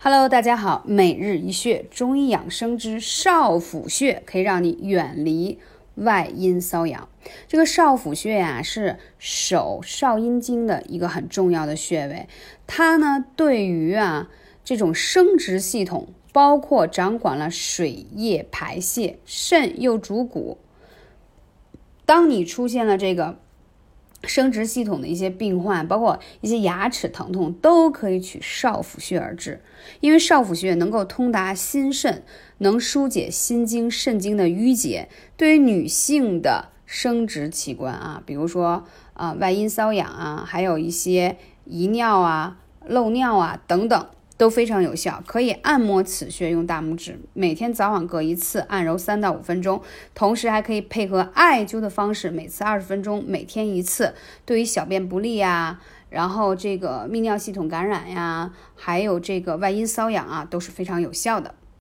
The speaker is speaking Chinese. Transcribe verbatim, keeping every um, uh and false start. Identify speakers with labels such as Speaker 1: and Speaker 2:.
Speaker 1: Hello， 大家好，每日一穴，中医养生之少府穴，可以让你远离外阴瘙痒。这个少府穴呀、啊，是手少阴经的一个很重要的穴位，它呢对于啊这种生殖系统，包括掌管了水液排泄，肾又主骨。当你出现了这个生殖系统的一些病患，包括一些牙齿疼痛，都可以取少府穴而治。因为少府穴能够通达心肾，能疏解心经肾经的淤结。对于女性的生殖器官啊，比如说啊、呃、外阴瘙痒啊，还有一些遗尿啊、漏尿啊等等，都非常有效。可以按摩此穴，用大拇指每天早晚各一次，按揉三到五分钟。同时还可以配合艾灸的方式，每次二十分钟，每天一次。对于小便不利啊，然后这个泌尿系统感染呀，还有这个外阴瘙痒啊，都是非常有效的。